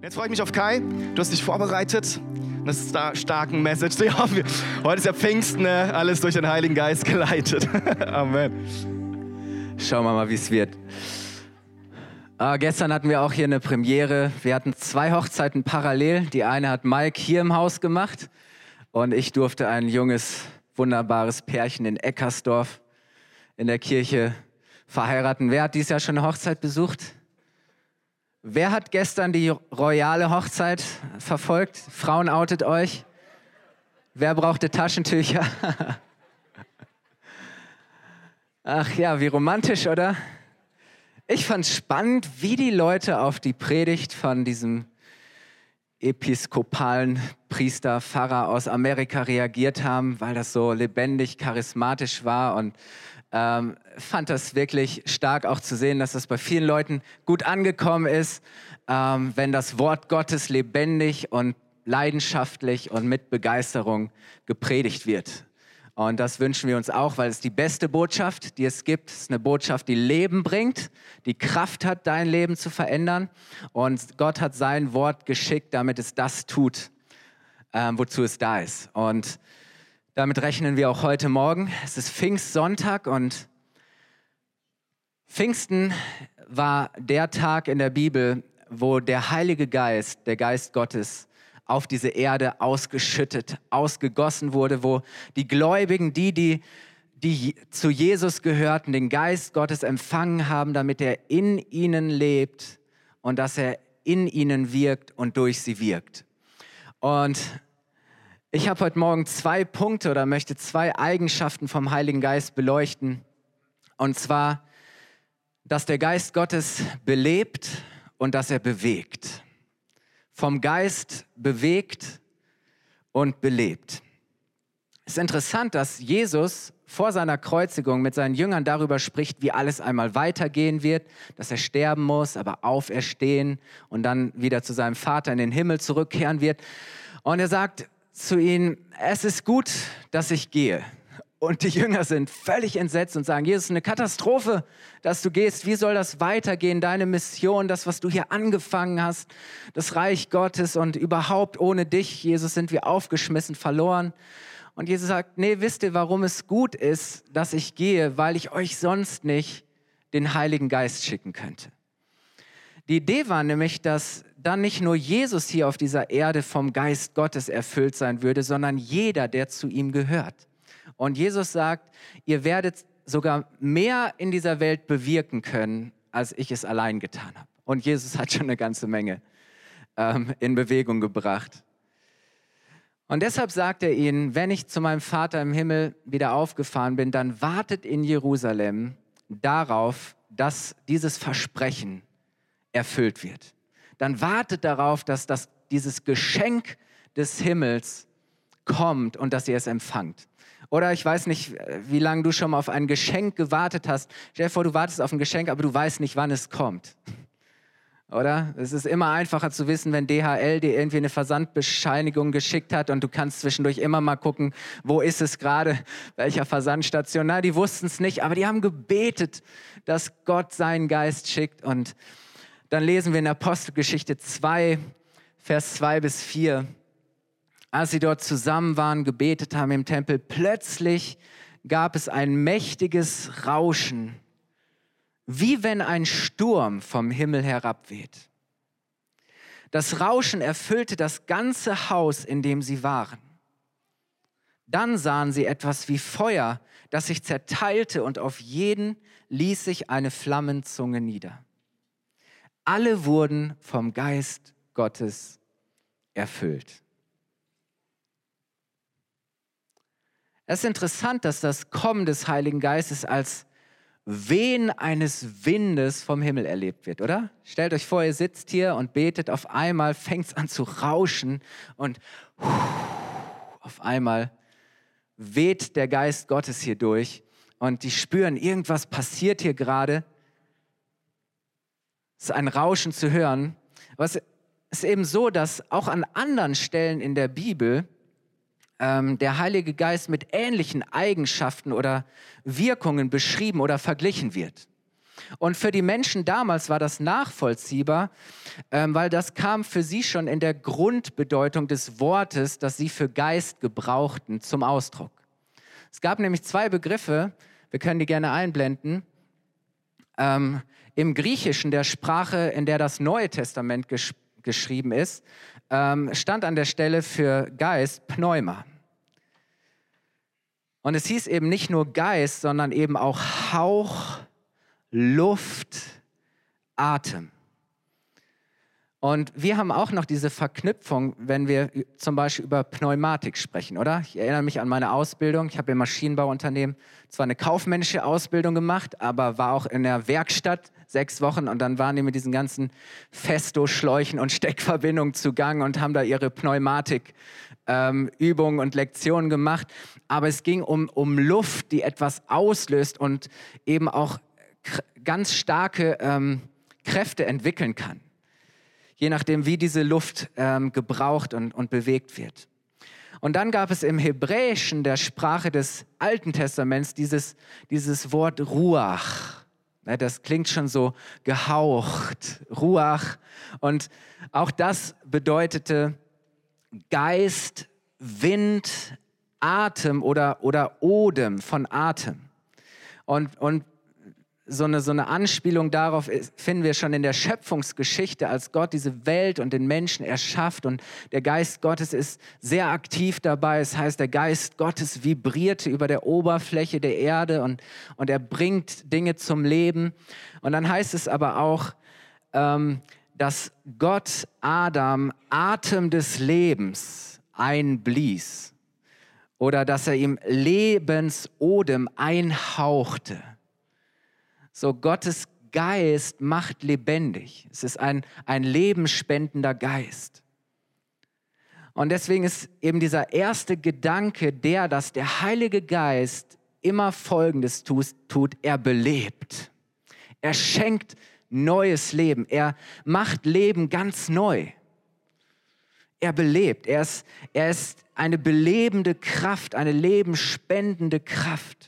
Jetzt freue ich mich auf Kai. Du hast dich vorbereitet. Das ist da starken Message. Ja, heute ist ja Pfingsten, ne? Alles durch den Heiligen Geist geleitet. Amen. Schauen wir mal, wie es wird. Gestern hatten wir auch hier eine Premiere. Wir hatten 2 Hochzeiten parallel. Die eine hat Mike hier im Haus gemacht und ich durfte ein junges, wunderbares Pärchen in Eckersdorf in der Kirche verheiraten. Wer hat dieses Jahr schon eine Hochzeit besucht? Wer hat gestern die royale Hochzeit verfolgt? Frauen, outet euch. Wer brauchte Taschentücher? Ach ja, wie romantisch, oder? Ich fand es spannend, wie die Leute auf die Predigt von diesem episkopalen Priester, Pfarrer aus Amerika reagiert haben, weil das so lebendig, charismatisch war, und fand das wirklich stark auch zu sehen, dass das bei vielen Leuten gut angekommen ist, wenn das Wort Gottes lebendig und leidenschaftlich und mit Begeisterung gepredigt wird. Und das wünschen wir uns auch, weil es die beste Botschaft, die es gibt. Es ist eine Botschaft, die Leben bringt, die Kraft hat, dein Leben zu verändern. Und Gott hat sein Wort geschickt, damit es das tut, wozu es da ist. Und damit rechnen wir auch heute Morgen. Es ist Pfingstsonntag und Pfingsten war der Tag in der Bibel, wo der Heilige Geist, der Geist Gottes, auf diese Erde ausgeschüttet, ausgegossen wurde, wo die Gläubigen, die zu Jesus gehörten, den Geist Gottes empfangen haben, damit er in ihnen lebt und dass er in ihnen wirkt und durch sie wirkt. Und ich habe heute Morgen 2 Punkte oder möchte 2 Eigenschaften vom Heiligen Geist beleuchten. Und zwar, dass der Geist Gottes belebt und dass er bewegt. Vom Geist bewegt und belebt. Es ist interessant, dass Jesus vor seiner Kreuzigung mit seinen Jüngern darüber spricht, wie alles einmal weitergehen wird, dass er sterben muss, aber auferstehen und dann wieder zu seinem Vater in den Himmel zurückkehren wird. Und er sagt zu ihnen, es ist gut, dass ich gehe. Und die Jünger sind völlig entsetzt und sagen, Jesus, es ist eine Katastrophe, dass du gehst. Wie soll das weitergehen, deine Mission, das, was du hier angefangen hast, das Reich Gottes, und überhaupt ohne dich, Jesus, sind wir aufgeschmissen, verloren. Und Jesus sagt, nee, wisst ihr, warum es gut ist, dass ich gehe? Weil ich euch sonst nicht den Heiligen Geist schicken könnte. Die Idee war nämlich, dass dann nicht nur Jesus hier auf dieser Erde vom Geist Gottes erfüllt sein würde, sondern jeder, der zu ihm gehört. Und Jesus sagt, ihr werdet sogar mehr in dieser Welt bewirken können, als ich es allein getan habe. Und Jesus hat schon eine ganze Menge in Bewegung gebracht. Und deshalb sagt er ihnen, wenn ich zu meinem Vater im Himmel wieder aufgefahren bin, dann wartet in Jerusalem darauf, dass dieses Versprechen erfüllt wird. Dann wartet darauf, dass dieses Geschenk des Himmels kommt und dass ihr es empfangt. Oder ich weiß nicht, wie lange du schon mal auf ein Geschenk gewartet hast. Stell dir vor, du wartest auf ein Geschenk, aber du weißt nicht, wann es kommt. Oder? Es ist immer einfacher zu wissen, wenn DHL dir irgendwie eine Versandbescheinigung geschickt hat und du kannst zwischendurch immer mal gucken, wo ist es gerade, welcher Versandstation. Na, die wussten es nicht, aber die haben gebetet, dass Gott seinen Geist schickt. Und dann lesen wir in Apostelgeschichte 2, Vers 2-4. Als sie dort zusammen waren, gebetet haben im Tempel, plötzlich gab es ein mächtiges Rauschen, wie wenn ein Sturm vom Himmel herabweht. Das Rauschen erfüllte das ganze Haus, in dem sie waren. Dann sahen sie etwas wie Feuer, das sich zerteilte, und auf jeden ließ sich eine Flammenzunge nieder. Alle wurden vom Geist Gottes erfüllt. Es ist interessant, dass das Kommen des Heiligen Geistes als Wehen eines Windes vom Himmel erlebt wird, oder? Stellt euch vor, ihr sitzt hier und betet, auf einmal fängt es an zu rauschen und auf einmal weht der Geist Gottes hier durch und die spüren, irgendwas passiert hier gerade. Es ist ein Rauschen zu hören. Aber es ist eben so, dass auch an anderen Stellen in der Bibel der Heilige Geist mit ähnlichen Eigenschaften oder Wirkungen beschrieben oder verglichen wird. Und für die Menschen damals war das nachvollziehbar, weil das kam für sie schon in der Grundbedeutung des Wortes, das sie für Geist gebrauchten, zum Ausdruck. Es gab nämlich zwei Begriffe, wir können die gerne einblenden. Im Griechischen, der Sprache, in der das Neue Testament geschrieben ist, stand an der Stelle für Geist Pneuma. Und es hieß eben nicht nur Geist, sondern eben auch Hauch, Luft, Atem. Und wir haben auch noch diese Verknüpfung, wenn wir zum Beispiel über Pneumatik sprechen, oder? Ich erinnere mich an meine Ausbildung. Ich habe im Maschinenbauunternehmen zwar eine kaufmännische Ausbildung gemacht, aber war auch in der Werkstatt 6 Wochen und dann waren die mit diesen ganzen Festo-Schläuchen und Steckverbindungen zugange und haben da ihre Pneumatik-Übungen und Lektionen gemacht. Aber es ging um Luft, die etwas auslöst und eben auch ganz starke Kräfte entwickeln kann. Je nachdem, wie diese Luft gebraucht und bewegt wird. Und dann gab es im Hebräischen, der Sprache des Alten Testaments, dieses Wort Ruach. Ja, das klingt schon so gehaucht, Ruach. Und auch das bedeutete Geist, Wind, Atem oder Odem von Atem. Und so eine Anspielung darauf finden wir schon in der Schöpfungsgeschichte, als Gott diese Welt und den Menschen erschafft und der Geist Gottes ist sehr aktiv dabei. Es heißt, der Geist Gottes vibrierte über der Oberfläche der Erde und er bringt Dinge zum Leben. Und dann heißt es aber auch, dass Gott Adam Atem des Lebens einblies oder dass er ihm Lebensodem einhauchte. So, Gottes Geist macht lebendig. Es ist ein lebensspendender Geist. Und deswegen ist eben dieser erste Gedanke dass der Heilige Geist immer Folgendes tut, er belebt. Er schenkt neues Leben. Er macht Leben ganz neu. Er belebt. Er ist eine belebende Kraft, eine lebensspendende Kraft.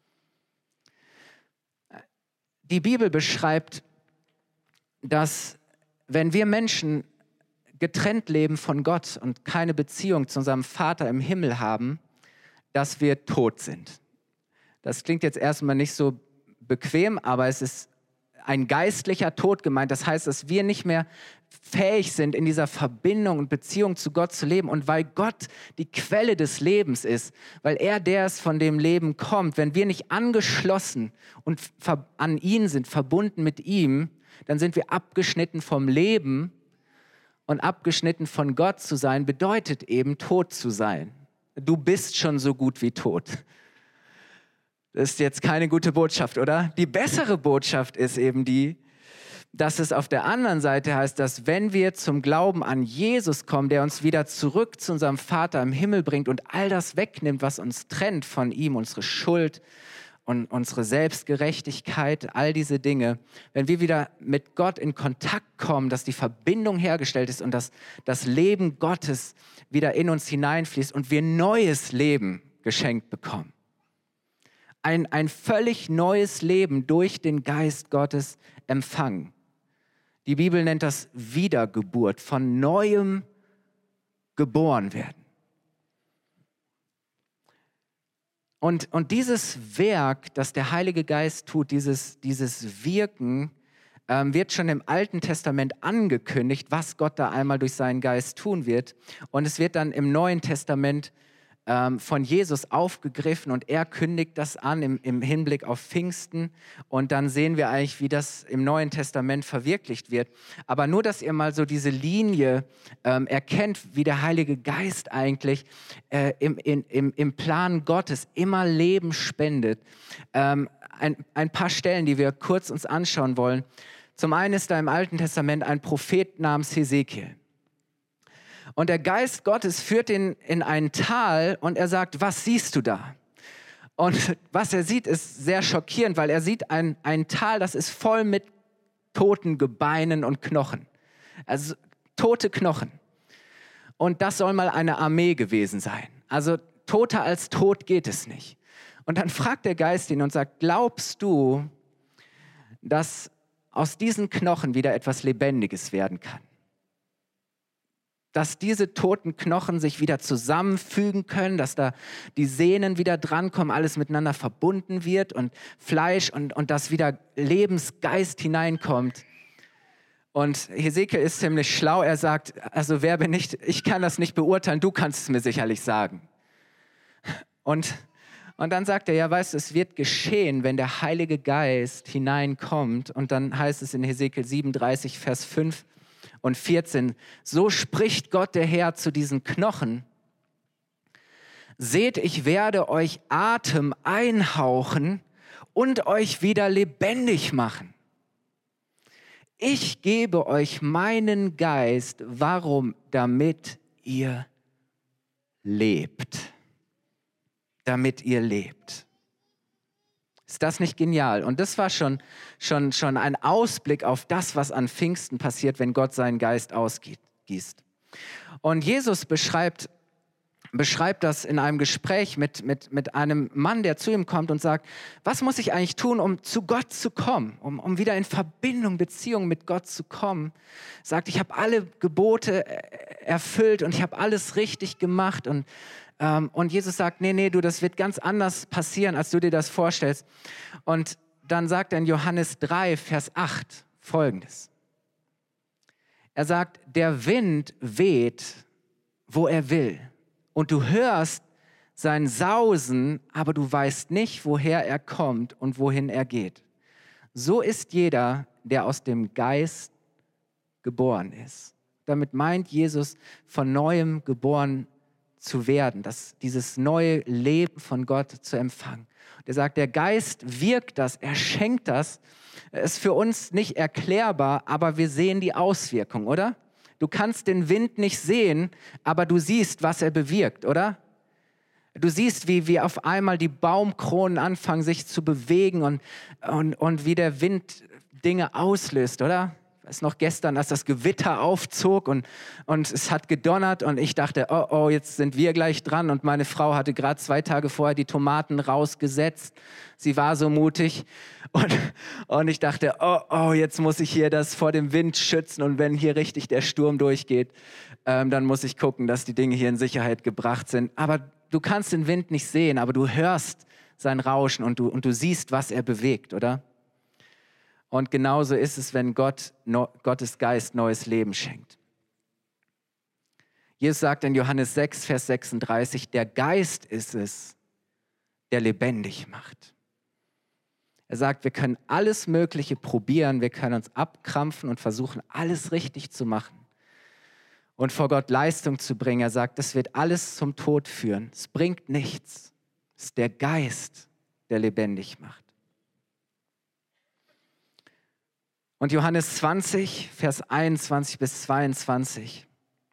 Die Bibel beschreibt, dass wenn wir Menschen getrennt leben von Gott und keine Beziehung zu unserem Vater im Himmel haben, dass wir tot sind. Das klingt jetzt erstmal nicht so bequem, aber es ist ein geistlicher Tod gemeint. Das heißt, dass wir nicht mehr fähig sind, in dieser Verbindung und Beziehung zu Gott zu leben. Und weil Gott die Quelle des Lebens ist, weil er der ist, von dem Leben kommt, wenn wir nicht angeschlossen und an ihn sind, verbunden mit ihm, dann sind wir abgeschnitten vom Leben und abgeschnitten von Gott zu sein, bedeutet eben tot zu sein. Du bist schon so gut wie tot. Das ist jetzt keine gute Botschaft, oder? Die bessere Botschaft ist eben die, dass es auf der anderen Seite heißt, dass wenn wir zum Glauben an Jesus kommen, der uns wieder zurück zu unserem Vater im Himmel bringt und all das wegnimmt, was uns trennt von ihm, unsere Schuld und unsere Selbstgerechtigkeit, all diese Dinge, wenn wir wieder mit Gott in Kontakt kommen, dass die Verbindung hergestellt ist und dass das Leben Gottes wieder in uns hineinfließt und wir neues Leben geschenkt bekommen. Ein völlig neues Leben durch den Geist Gottes empfangen. Die Bibel nennt das Wiedergeburt, von Neuem geboren werden. Und dieses Werk, das der Heilige Geist tut, dieses Wirken, wird schon im Alten Testament angekündigt, was Gott da einmal durch seinen Geist tun wird. Und es wird dann im Neuen Testament von Jesus aufgegriffen und er kündigt das an im Hinblick auf Pfingsten und dann sehen wir eigentlich, wie das im Neuen Testament verwirklicht wird. Aber nur, dass ihr mal so diese Linie erkennt, wie der Heilige Geist eigentlich im Plan Gottes immer Leben spendet. Ein paar Stellen, die wir kurz uns anschauen wollen. Zum einen ist da im Alten Testament ein Prophet namens Hesekiel. Und der Geist Gottes führt ihn in ein Tal und er sagt, was siehst du da? Und was er sieht, ist sehr schockierend, weil er sieht ein Tal, das ist voll mit toten Gebeinen und Knochen. Also tote Knochen. Und das soll mal eine Armee gewesen sein. Also toter als tot geht es nicht. Und dann fragt der Geist ihn und sagt, glaubst du, dass aus diesen Knochen wieder etwas Lebendiges werden kann. Dass diese toten Knochen sich wieder zusammenfügen können, dass da die Sehnen wieder drankommen, alles miteinander verbunden wird und Fleisch und dass wieder Lebensgeist hineinkommt. Und Hesekiel ist ziemlich schlau, er sagt, also wer bin ich kann das nicht beurteilen, du kannst es mir sicherlich sagen. Und dann sagt er, ja weißt du, es wird geschehen, wenn der Heilige Geist hineinkommt. Und dann heißt es in Hesekiel 37, Vers 5 und 14, so spricht Gott der Herr zu diesen Knochen. Seht, ich werde euch Atem einhauchen und euch wieder lebendig machen. Ich gebe euch meinen Geist. Warum? Damit ihr lebt. Damit ihr lebt. Ist das nicht genial? Und das war schon ein Ausblick auf das, was an Pfingsten passiert, wenn Gott seinen Geist ausgießt. Und Jesus beschreibt das in einem Gespräch mit einem Mann, der zu ihm kommt und sagt, was muss ich eigentlich tun, um zu Gott zu kommen, um wieder in Verbindung, Beziehung mit Gott zu kommen? Sagt, ich habe alle Gebote erfüllt und ich habe alles richtig gemacht. Und Jesus sagt, nee, du, das wird ganz anders passieren, als du dir das vorstellst. Und dann sagt er in Johannes 3, Vers 8 Folgendes. Er sagt, der Wind weht, wo er will. Und du hörst sein Sausen, aber du weißt nicht, woher er kommt und wohin er geht. So ist jeder, der aus dem Geist geboren ist. Damit meint Jesus, von Neuem geboren zu werden, dieses neue Leben von Gott zu empfangen. Und er sagt, der Geist wirkt das, er schenkt das. Ist für uns nicht erklärbar, aber wir sehen die Auswirkung, oder? Du kannst den Wind nicht sehen, aber du siehst, was er bewirkt, oder? Du siehst, wie auf einmal die Baumkronen anfangen, sich zu bewegen und wie der Wind Dinge auslöst, oder? Ich weiß noch gestern, als das Gewitter aufzog und es hat gedonnert und ich dachte, oh, jetzt sind wir gleich dran. Und meine Frau hatte gerade 2 Tage vorher die Tomaten rausgesetzt. Sie war so mutig und ich dachte, oh, jetzt muss ich hier das vor dem Wind schützen und wenn hier richtig der Sturm durchgeht, dann muss ich gucken, dass die Dinge hier in Sicherheit gebracht sind. Aber du kannst den Wind nicht sehen, aber du hörst sein Rauschen und du siehst, was er bewegt, oder? Und genauso ist es, wenn Gottes Geist neues Leben schenkt. Jesus sagt in Johannes 6, Vers 36, der Geist ist es, der lebendig macht. Er sagt, wir können alles Mögliche probieren, wir können uns abkrampfen und versuchen, alles richtig zu machen und vor Gott Leistung zu bringen. Er sagt, das wird alles zum Tod führen. Es bringt nichts. Es ist der Geist, der lebendig macht. Und Johannes 20, Vers 21 bis 22.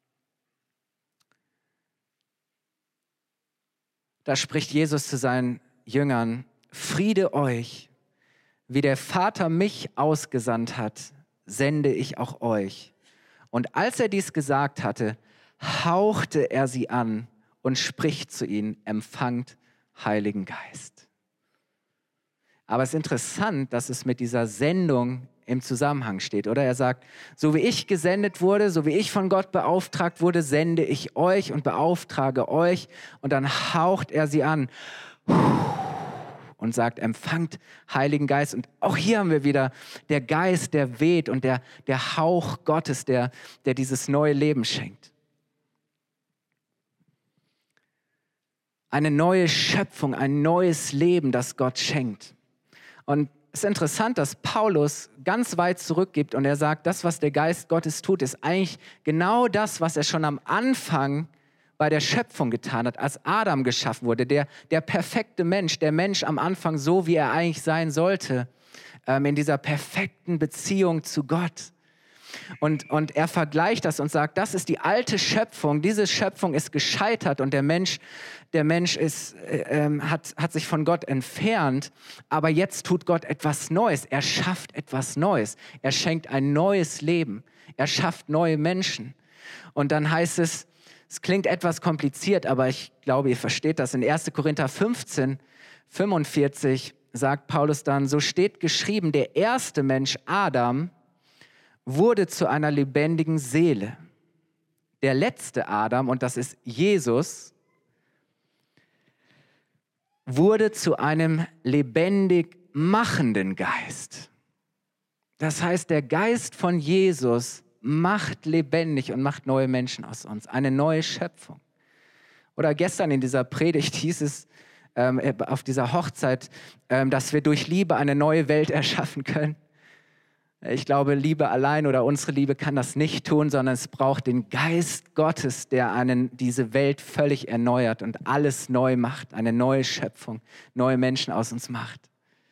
Da spricht Jesus zu seinen Jüngern, Friede euch, wie der Vater mich ausgesandt hat, sende ich auch euch. Und als er dies gesagt hatte, hauchte er sie an und spricht zu ihnen, empfangt Heiligen Geist. Aber es ist interessant, dass es mit dieser Sendung im Zusammenhang steht, oder? Er sagt, so wie ich gesendet wurde, so wie ich von Gott beauftragt wurde, sende ich euch und beauftrage euch. Und dann haucht er sie an und sagt, empfangt Heiligen Geist. Und auch hier haben wir wieder der Geist, der weht und der Hauch Gottes, der dieses neue Leben schenkt. Eine neue Schöpfung, ein neues Leben, das Gott schenkt. Und es ist interessant, dass Paulus ganz weit zurückgibt und er sagt, das, was der Geist Gottes tut, ist eigentlich genau das, was er schon am Anfang bei der Schöpfung getan hat, als Adam geschaffen wurde, der perfekte Mensch, der Mensch am Anfang so, wie er eigentlich sein sollte, in dieser perfekten Beziehung zu Gott. Und er vergleicht das und sagt, das ist die alte Schöpfung, diese Schöpfung ist gescheitert und der Mensch hat sich von Gott entfernt, aber jetzt tut Gott etwas Neues, er schafft etwas Neues, er schenkt ein neues Leben, er schafft neue Menschen. Und dann heißt es klingt etwas kompliziert, aber ich glaube, ihr versteht das, in 1. Korinther 15, 45 sagt Paulus dann, so steht geschrieben, der erste Mensch, Adam, wurde zu einer lebendigen Seele. Der letzte Adam, und das ist Jesus, wurde zu einem lebendig machenden Geist. Das heißt, der Geist von Jesus macht lebendig und macht neue Menschen aus uns, eine neue Schöpfung. Oder gestern in dieser Predigt hieß es auf dieser Hochzeit, dass wir durch Liebe eine neue Welt erschaffen können. Ich glaube, Liebe allein oder unsere Liebe kann das nicht tun, sondern es braucht den Geist Gottes, der diese Welt völlig erneuert und alles neu macht, eine neue Schöpfung, neue Menschen aus uns macht.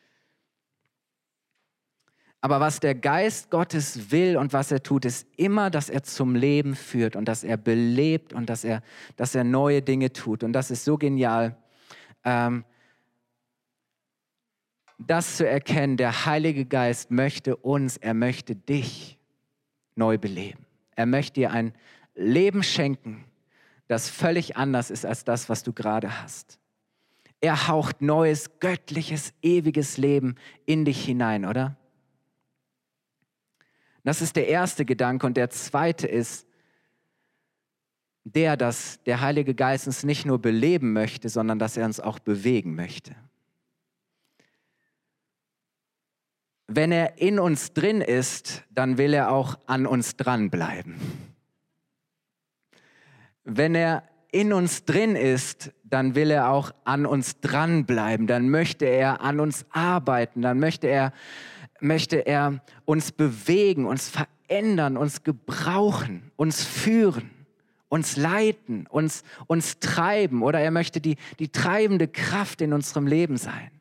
Aber was der Geist Gottes will und was er tut, ist immer, dass er zum Leben führt und dass er belebt und dass er neue Dinge tut. Und das ist so genial, das zu erkennen. Der Heilige Geist möchte er möchte dich neu beleben. Er möchte dir ein Leben schenken, das völlig anders ist als das, was du gerade hast. Er haucht neues, göttliches, ewiges Leben in dich hinein, oder? Das ist der erste Gedanke. Und der zweite ist, dass der Heilige Geist uns nicht nur beleben möchte, sondern dass er uns auch bewegen möchte. Wenn er in uns drin ist, dann will er auch an uns dranbleiben. Wenn er in uns drin ist, dann will er auch an uns dranbleiben. Dann möchte er an uns arbeiten. Dann möchte er uns bewegen, uns verändern, uns gebrauchen, uns führen, uns leiten, uns treiben. Oder er möchte die treibende Kraft in unserem Leben sein.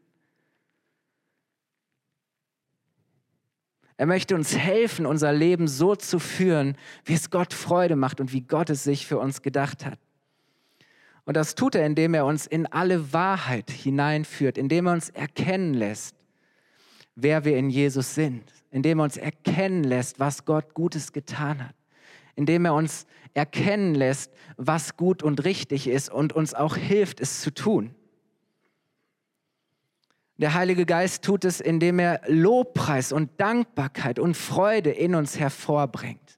Er möchte uns helfen, unser Leben so zu führen, wie es Gott Freude macht und wie Gott es sich für uns gedacht hat. Und das tut er, indem er uns in alle Wahrheit hineinführt, indem er uns erkennen lässt, wer wir in Jesus sind, indem er uns erkennen lässt, was Gott Gutes getan hat, indem er uns erkennen lässt, was gut und richtig ist und uns auch hilft, es zu tun. Der Heilige Geist tut es, indem er Lobpreis und Dankbarkeit und Freude in uns hervorbringt.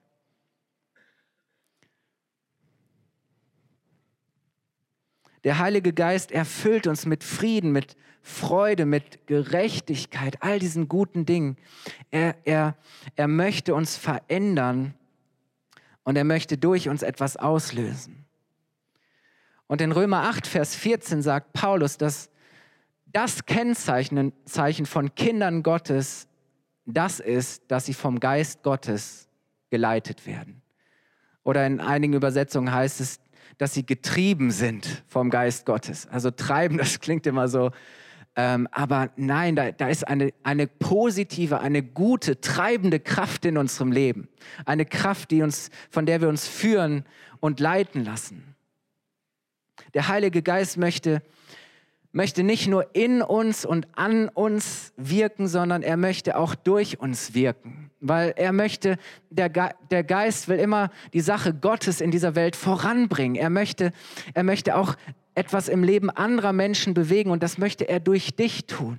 Der Heilige Geist erfüllt uns mit Frieden, mit Freude, mit Gerechtigkeit, all diesen guten Dingen. Er möchte uns verändern und er möchte durch uns etwas auslösen. Und in Römer 8, Vers 14 sagt Paulus, dass das Kennzeichen von Kindern Gottes, das ist, dass sie vom Geist Gottes geleitet werden. Oder in einigen Übersetzungen heißt es, dass sie getrieben sind vom Geist Gottes. Also treiben, das klingt immer so, aber nein, da ist eine positive, eine gute, treibende Kraft in unserem Leben. Eine Kraft, von der wir uns führen und leiten lassen. Der Heilige Geist möchte nicht nur in uns und an uns wirken, sondern er möchte auch durch uns wirken. Weil der Geist will immer die Sache Gottes in dieser Welt voranbringen. Er möchte auch etwas im Leben anderer Menschen bewegen und das möchte er durch dich tun.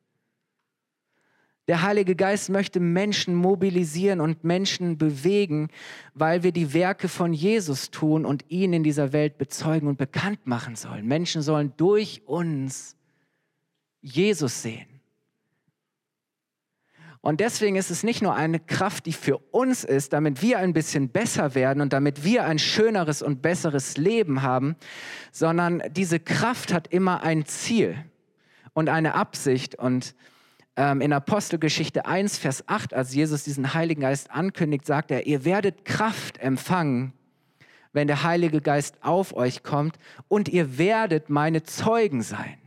Der Heilige Geist möchte Menschen mobilisieren und Menschen bewegen, weil wir die Werke von Jesus tun und ihn in dieser Welt bezeugen und bekannt machen sollen. Menschen sollen durch uns Jesus sehen. Und deswegen ist es nicht nur eine Kraft, die für uns ist, damit wir ein bisschen besser werden und damit wir ein schöneres und besseres Leben haben, sondern diese Kraft hat immer ein Ziel und eine Absicht. Und in Apostelgeschichte 1, Vers 8, als Jesus diesen Heiligen Geist ankündigt, sagt er, ihr werdet Kraft empfangen, wenn der Heilige Geist auf euch kommt und ihr werdet meine Zeugen sein.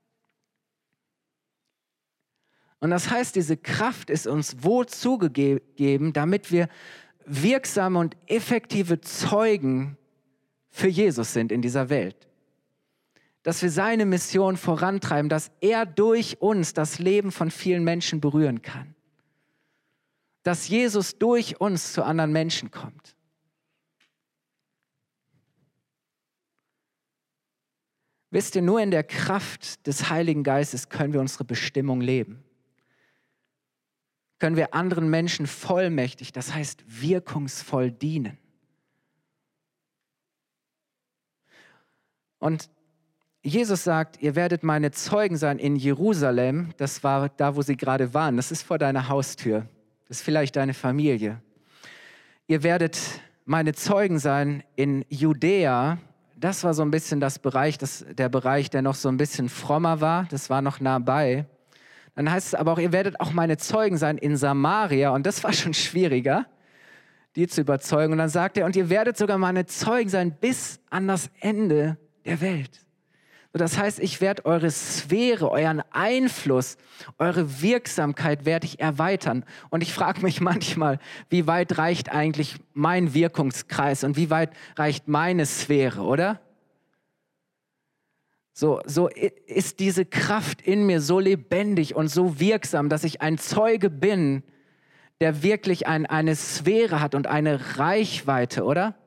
Und das heißt, diese Kraft ist uns wozu gegeben, damit wir wirksame und effektive Zeugen für Jesus sind in dieser Welt. Dass wir seine Mission vorantreiben, dass er durch uns das Leben von vielen Menschen berühren kann. Dass Jesus durch uns zu anderen Menschen kommt. Wisst ihr, nur in der Kraft des Heiligen Geistes können wir unsere Bestimmung leben. Können wir anderen Menschen vollmächtig, das heißt wirkungsvoll dienen. Und Jesus sagt, ihr werdet meine Zeugen sein in Jerusalem. Das war da, wo sie gerade waren. Das ist vor deiner Haustür. Das ist vielleicht deine Familie. Ihr werdet meine Zeugen sein in Judäa. Das war so ein bisschen der Bereich, der noch so ein bisschen frommer war. Das war noch nah bei. Dann heißt es aber auch, ihr werdet auch meine Zeugen sein in Samaria. Und das war schon schwieriger, die zu überzeugen. Und dann sagt er, und ihr werdet sogar meine Zeugen sein bis an das Ende der Welt. Das heißt, ich werde eure Sphäre, euren Einfluss, eure Wirksamkeit werde ich erweitern. Und ich frage mich manchmal, wie weit reicht eigentlich mein Wirkungskreis und wie weit reicht meine Sphäre, oder? So ist diese Kraft in mir so lebendig und so wirksam, dass ich ein Zeuge bin, der wirklich eine Sphäre hat und eine Reichweite, oder?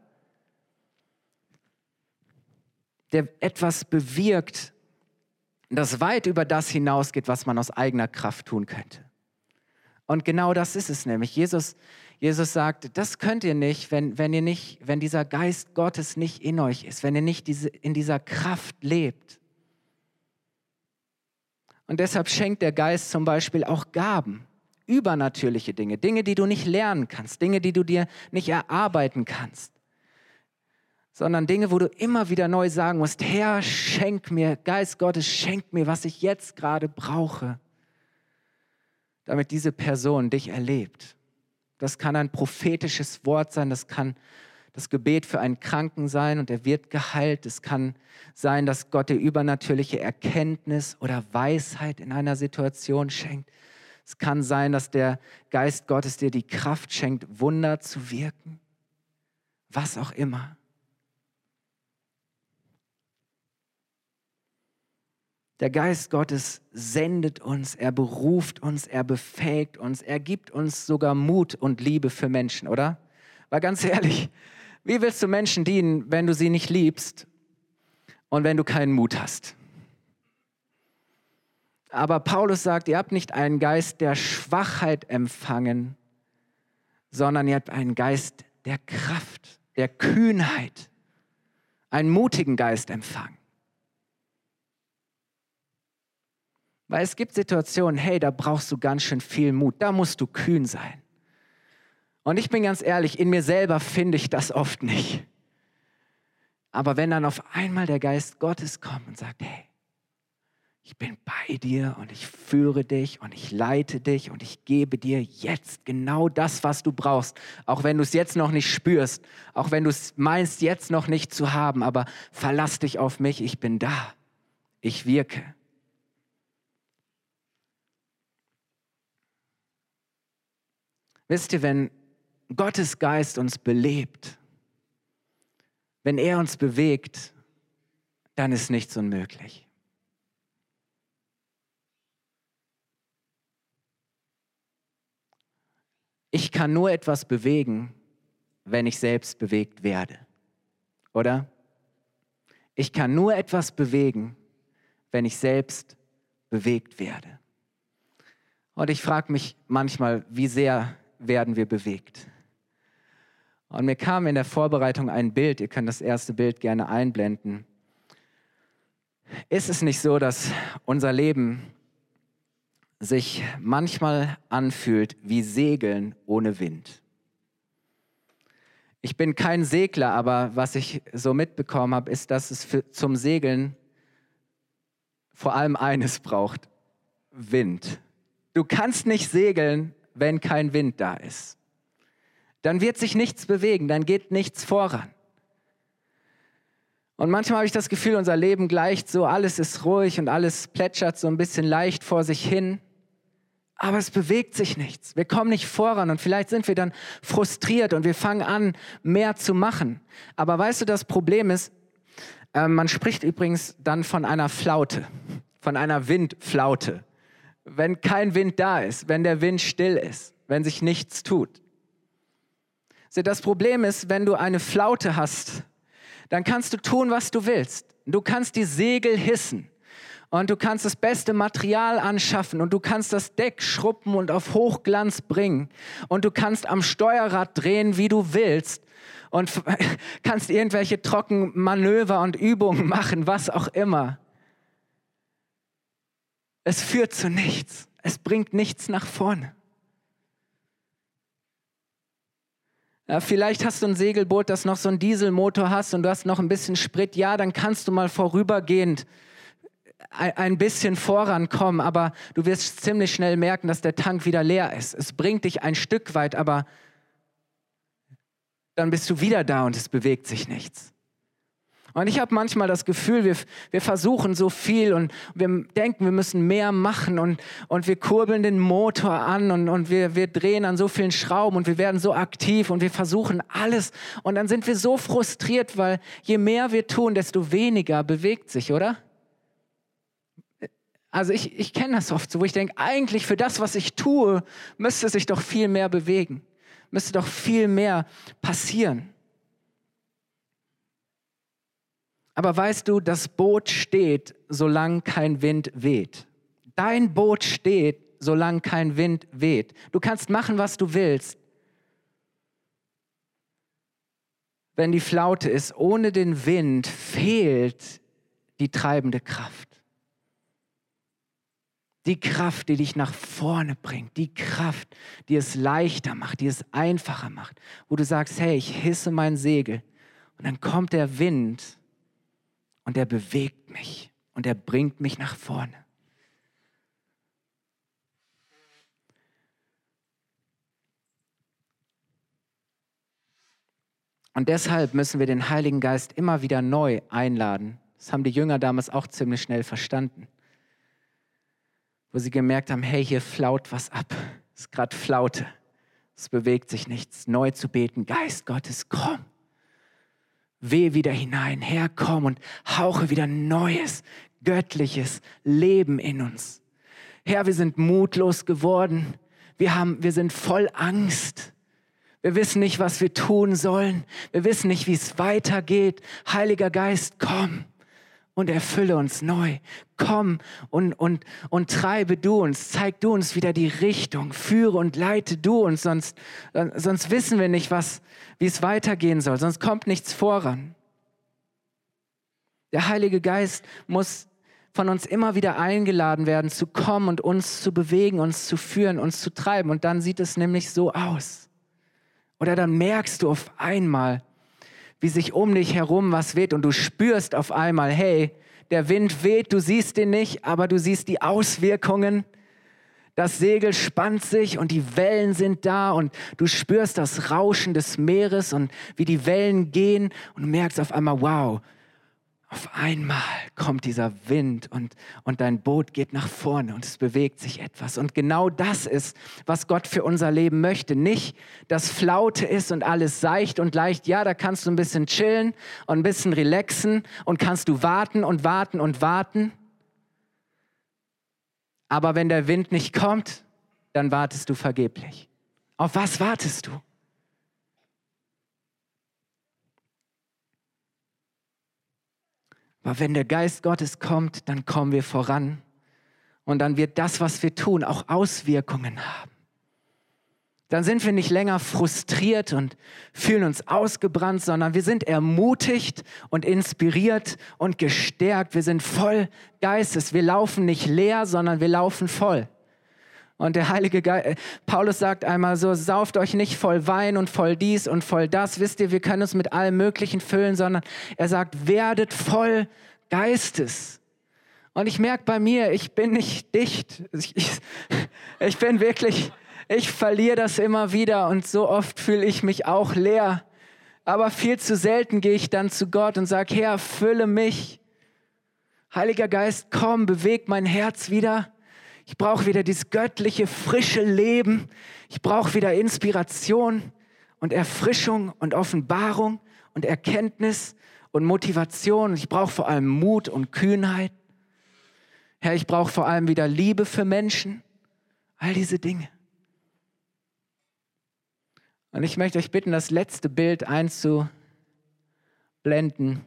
Der etwas bewirkt, das weit über das hinausgeht, was man aus eigener Kraft tun könnte. Und genau das ist es nämlich. Jesus sagt, das könnt ihr nicht, wenn dieser Geist Gottes nicht in euch ist, wenn ihr nicht in dieser Kraft lebt. Und deshalb schenkt der Geist zum Beispiel auch Gaben, übernatürliche Dinge, Dinge, die du nicht lernen kannst, Dinge, die du dir nicht erarbeiten kannst, sondern Dinge, wo du immer wieder neu sagen musst, Herr, schenk mir, Geist Gottes, schenk mir, was ich jetzt gerade brauche, damit diese Person dich erlebt. Das kann ein prophetisches Wort sein, das kann das Gebet für einen Kranken sein und er wird geheilt. Es kann sein, dass Gott dir übernatürliche Erkenntnis oder Weisheit in einer Situation schenkt. Es kann sein, dass der Geist Gottes dir die Kraft schenkt, Wunder zu wirken. Was auch immer. Der Geist Gottes sendet uns, er beruft uns, er befähigt uns, er gibt uns sogar Mut und Liebe für Menschen, oder? Weil ganz ehrlich, wie willst du Menschen dienen, wenn du sie nicht liebst und wenn du keinen Mut hast? Aber Paulus sagt, ihr habt nicht einen Geist der Schwachheit empfangen, sondern ihr habt einen Geist der Kraft, der Kühnheit, einen mutigen Geist empfangen. Weil es gibt Situationen, hey, da brauchst du ganz schön viel Mut, da musst du kühn sein. Und ich bin ganz ehrlich, in mir selber finde ich das oft nicht. Aber wenn dann auf einmal der Geist Gottes kommt und sagt, hey, ich bin bei dir und ich führe dich und ich leite dich und ich gebe dir jetzt genau das, was du brauchst. Auch wenn du es jetzt noch nicht spürst, auch wenn du es meinst, jetzt noch nicht zu haben, aber verlass dich auf mich, ich bin da, ich wirke. Wisst ihr, wenn Gottes Geist uns belebt, wenn er uns bewegt, dann ist nichts unmöglich. Ich kann nur etwas bewegen, wenn ich selbst bewegt werde, oder? Ich kann nur etwas bewegen, wenn ich selbst bewegt werde. Und ich frage mich manchmal, wie sehr werden wir bewegt? Und mir kam in der Vorbereitung ein Bild, ihr könnt das erste Bild gerne einblenden. Ist es nicht so, dass unser Leben sich manchmal anfühlt wie Segeln ohne Wind? Ich bin kein Segler, aber was ich so mitbekommen habe, ist, dass es zum Segeln vor allem eines braucht: Wind. Du kannst nicht segeln, wenn kein Wind da ist. Dann wird sich nichts bewegen, dann geht nichts voran. Und manchmal habe ich das Gefühl, unser Leben gleicht so, alles ist ruhig und alles plätschert so ein bisschen leicht vor sich hin. Aber es bewegt sich nichts. Wir kommen nicht voran und vielleicht sind wir dann frustriert und wir fangen an, mehr zu machen. Aber weißt du, das Problem ist, man spricht übrigens dann von einer Flaute, von einer Windflaute. Wenn kein Wind da ist, wenn der Wind still ist, wenn sich nichts tut. Das Problem ist, wenn du eine Flaute hast, dann kannst du tun, was du willst. Du kannst die Segel hissen und du kannst das beste Material anschaffen und du kannst das Deck schruppen und auf Hochglanz bringen und du kannst am Steuerrad drehen, wie du willst und kannst irgendwelche Trockenmanöver und Übungen machen, was auch immer. Es führt zu nichts. Es bringt nichts nach vorne. Ja, vielleicht hast du ein Segelboot, das noch so einen Dieselmotor hast und du hast noch ein bisschen Sprit. Ja, dann kannst du mal vorübergehend ein bisschen vorankommen, aber du wirst ziemlich schnell merken, dass der Tank wieder leer ist. Es bringt dich ein Stück weit, aber dann bist du wieder da und es bewegt sich nichts. Und ich habe manchmal das Gefühl, wir versuchen so viel und wir denken, wir müssen mehr machen und wir kurbeln den Motor an und wir drehen an so vielen Schrauben und wir werden so aktiv und wir versuchen alles. Und dann sind wir so frustriert, weil je mehr wir tun, desto weniger bewegt sich, oder? Also ich kenne das oft so, wo ich denke, eigentlich für das, was ich tue, müsste sich doch viel mehr bewegen. Müsste doch viel mehr passieren. Aber weißt du, das Boot steht, solange kein Wind weht. Dein Boot steht, solange kein Wind weht. Du kannst machen, was du willst. Wenn die Flaute ist, ohne den Wind fehlt die treibende Kraft. Die Kraft, die dich nach vorne bringt. Die Kraft, die es leichter macht, die es einfacher macht. Wo du sagst, hey, ich hisse mein Segel. Und dann kommt der Wind und er bewegt mich und er bringt mich nach vorne. Und deshalb müssen wir den Heiligen Geist immer wieder neu einladen. Das haben die Jünger damals auch ziemlich schnell verstanden. Wo sie gemerkt haben, hey, hier flaut was ab. Es ist gerade Flaute. Es bewegt sich nichts. Neu zu beten, Geist Gottes, komm. Weh wieder hinein, Herr, komm und hauche wieder neues, göttliches Leben in uns. Herr, wir sind mutlos geworden. Wir sind voll Angst. Wir wissen nicht, was wir tun sollen. Wir wissen nicht, wie es weitergeht. Heiliger Geist, komm und erfülle uns neu. Komm und treibe du uns, zeig du uns wieder die Richtung, führe und leite du uns, sonst wissen wir nicht, wie es weitergehen soll, sonst kommt nichts voran. Der Heilige Geist muss von uns immer wieder eingeladen werden, zu kommen und uns zu bewegen, uns zu führen, uns zu treiben. Und dann sieht es nämlich so aus. Oder dann merkst du auf einmal, wie sich um dich herum was weht und du spürst auf einmal, hey, der Wind weht, du siehst ihn nicht, aber du siehst die Auswirkungen. Das Segel spannt sich und die Wellen sind da und du spürst das Rauschen des Meeres und wie die Wellen gehen und du merkst auf einmal, wow, auf einmal kommt dieser Wind und dein Boot geht nach vorne und es bewegt sich etwas. Und genau das ist, was Gott für unser Leben möchte. Nicht, dass Flaute ist und alles seicht und leicht. Ja, da kannst du ein bisschen chillen und ein bisschen relaxen und kannst du warten und warten und warten. Aber wenn der Wind nicht kommt, dann wartest du vergeblich. Auf was wartest du? Aber wenn der Geist Gottes kommt, dann kommen wir voran. Und dann wird das, was wir tun, auch Auswirkungen haben. Dann sind wir nicht länger frustriert und fühlen uns ausgebrannt, sondern wir sind ermutigt und inspiriert und gestärkt. Wir sind voll Geistes. Wir laufen nicht leer, sondern wir laufen voll. Und der Heilige Geist, Paulus sagt einmal so, sauft euch nicht voll Wein und voll dies und voll das. Wisst ihr, wir können uns mit allem Möglichen füllen, sondern er sagt, werdet voll Geistes. Und ich merke bei mir, ich bin nicht dicht. Ich bin wirklich, ich verliere das immer wieder und so oft fühle ich mich auch leer. Aber viel zu selten gehe ich dann zu Gott und sage, Herr, fülle mich. Heiliger Geist, komm, beweg mein Herz wieder. Ich brauche wieder dieses göttliche, frische Leben. Ich brauche wieder Inspiration und Erfrischung und Offenbarung und Erkenntnis und Motivation. Ich brauche vor allem Mut und Kühnheit. Herr, ich brauche vor allem wieder Liebe für Menschen. All diese Dinge. Und ich möchte euch bitten, das letzte Bild einzublenden. blenden.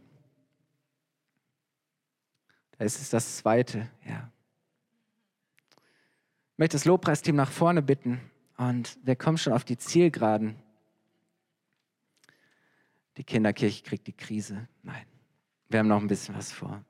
Da ist es das zweite, ja. Ich möchte das Lobpreisteam nach vorne bitten und wir kommen schon auf die Zielgeraden. Die Kinderkirche kriegt die Krise. Nein, wir haben noch ein bisschen was vor.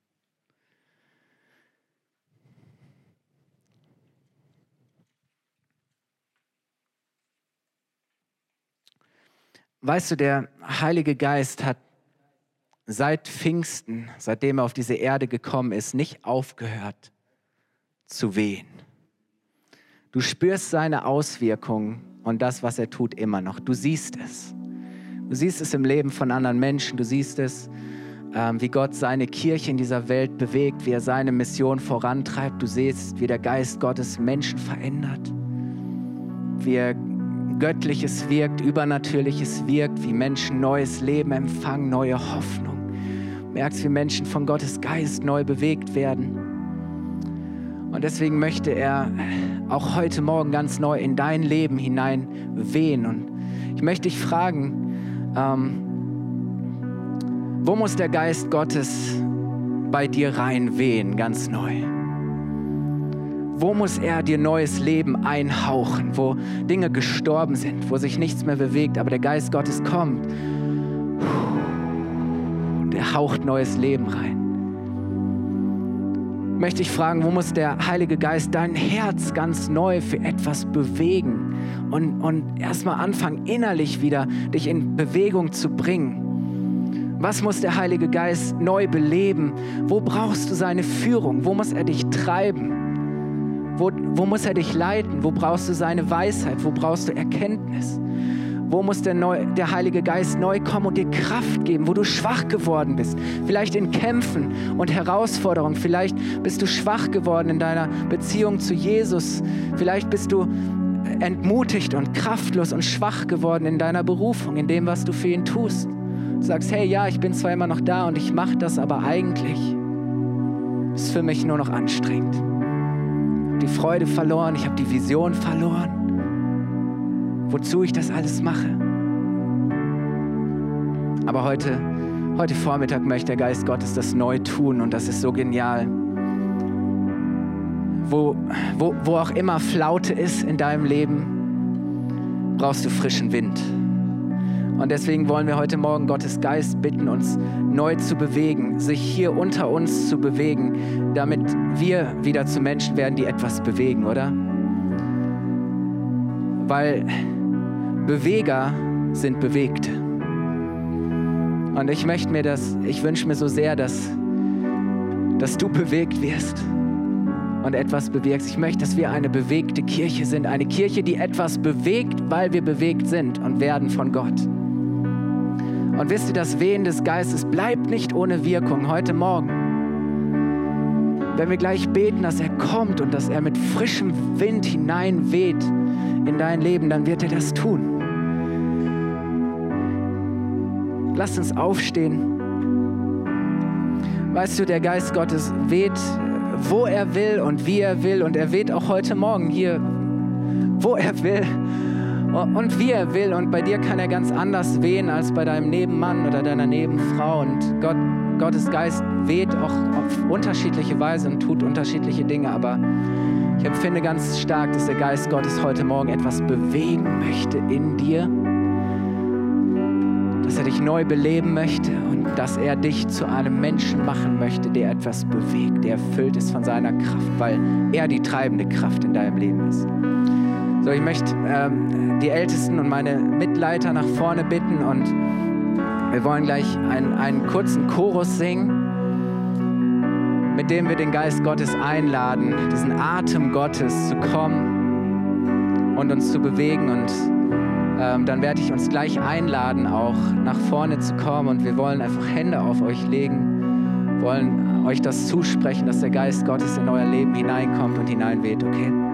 Weißt du, der Heilige Geist hat seit Pfingsten, seitdem er auf diese Erde gekommen ist, nicht aufgehört zu wehen. Du spürst seine Auswirkungen und das, was er tut, immer noch. Du siehst es. Du siehst es im Leben von anderen Menschen. Du siehst es, wie Gott seine Kirche in dieser Welt bewegt, wie er seine Mission vorantreibt. Du siehst, wie der Geist Gottes Menschen verändert, wie er Göttliches wirkt, Übernatürliches wirkt, wie Menschen neues Leben empfangen, neue Hoffnung. Du merkst, wie Menschen von Gottes Geist neu bewegt werden. Und deswegen möchte er auch heute Morgen ganz neu in dein Leben hinein wehen. Und ich möchte dich fragen, wo muss der Geist Gottes bei dir rein wehen, ganz neu? Wo muss er dir neues Leben einhauchen, wo Dinge gestorben sind, wo sich nichts mehr bewegt, aber der Geist Gottes kommt und er haucht neues Leben rein? Möchte ich fragen, wo muss der Heilige Geist dein Herz ganz neu für etwas bewegen und erstmal anfangen, innerlich wieder dich in Bewegung zu bringen? Was muss der Heilige Geist neu beleben? Wo brauchst du seine Führung? Wo muss er dich treiben? Wo muss er dich leiten? Wo brauchst du seine Weisheit? Wo brauchst du Erkenntnis? Wo muss der Heilige Geist neu kommen und dir Kraft geben, wo du schwach geworden bist? Vielleicht in Kämpfen und Herausforderungen. Vielleicht bist du schwach geworden in deiner Beziehung zu Jesus. Vielleicht bist du entmutigt und kraftlos und schwach geworden in deiner Berufung, in dem, was du für ihn tust. Du sagst, hey, ja, ich bin zwar immer noch da und ich mache das, aber eigentlich ist es für mich nur noch anstrengend. Die Freude verloren, ich habe die Vision verloren, wozu ich das alles mache. Aber heute Vormittag möchte der Geist Gottes das neu tun und das ist so genial. Wo auch immer Flaute ist in deinem Leben, brauchst du frischen Wind. Und deswegen wollen wir heute Morgen Gottes Geist bitten, uns neu zu bewegen, sich hier unter uns zu bewegen, damit wir wieder zu Menschen werden, die etwas bewegen, oder? Weil Beweger sind Bewegte. Und ich wünsche mir so sehr, dass du bewegt wirst und etwas bewirkst. Ich möchte, dass wir eine bewegte Kirche sind, eine Kirche, die etwas bewegt, weil wir bewegt sind und werden von Gott. Und wisst ihr, das Wehen des Geistes bleibt nicht ohne Wirkung heute Morgen. Wenn wir gleich beten, dass er kommt und dass er mit frischem Wind hineinweht in dein Leben, dann wird er das tun. Lasst uns aufstehen. Weißt du, der Geist Gottes weht, wo er will und wie er will. Und er weht auch heute Morgen hier, wo er will und wie er will. Und bei dir kann er ganz anders wehen als bei deinem Nebenmann oder deiner Nebenfrau. Und Gottes Geist weht auch auf unterschiedliche Weise und tut unterschiedliche Dinge. Aber ich empfinde ganz stark, dass der Geist Gottes heute Morgen etwas bewegen möchte in dir. Dass er dich neu beleben möchte und dass er dich zu einem Menschen machen möchte, der etwas bewegt, der erfüllt ist von seiner Kraft, weil er die treibende Kraft in deinem Leben ist. So, ich möchte die Ältesten und meine Mitleiter nach vorne bitten und wir wollen gleich einen kurzen Chorus singen, mit dem wir den Geist Gottes einladen, diesen Atem Gottes zu kommen und uns zu bewegen. Und dann werde ich uns gleich einladen, auch nach vorne zu kommen. Und wir wollen einfach Hände auf euch legen, wollen euch das zusprechen, dass der Geist Gottes in euer Leben hineinkommt und hineinweht, okay?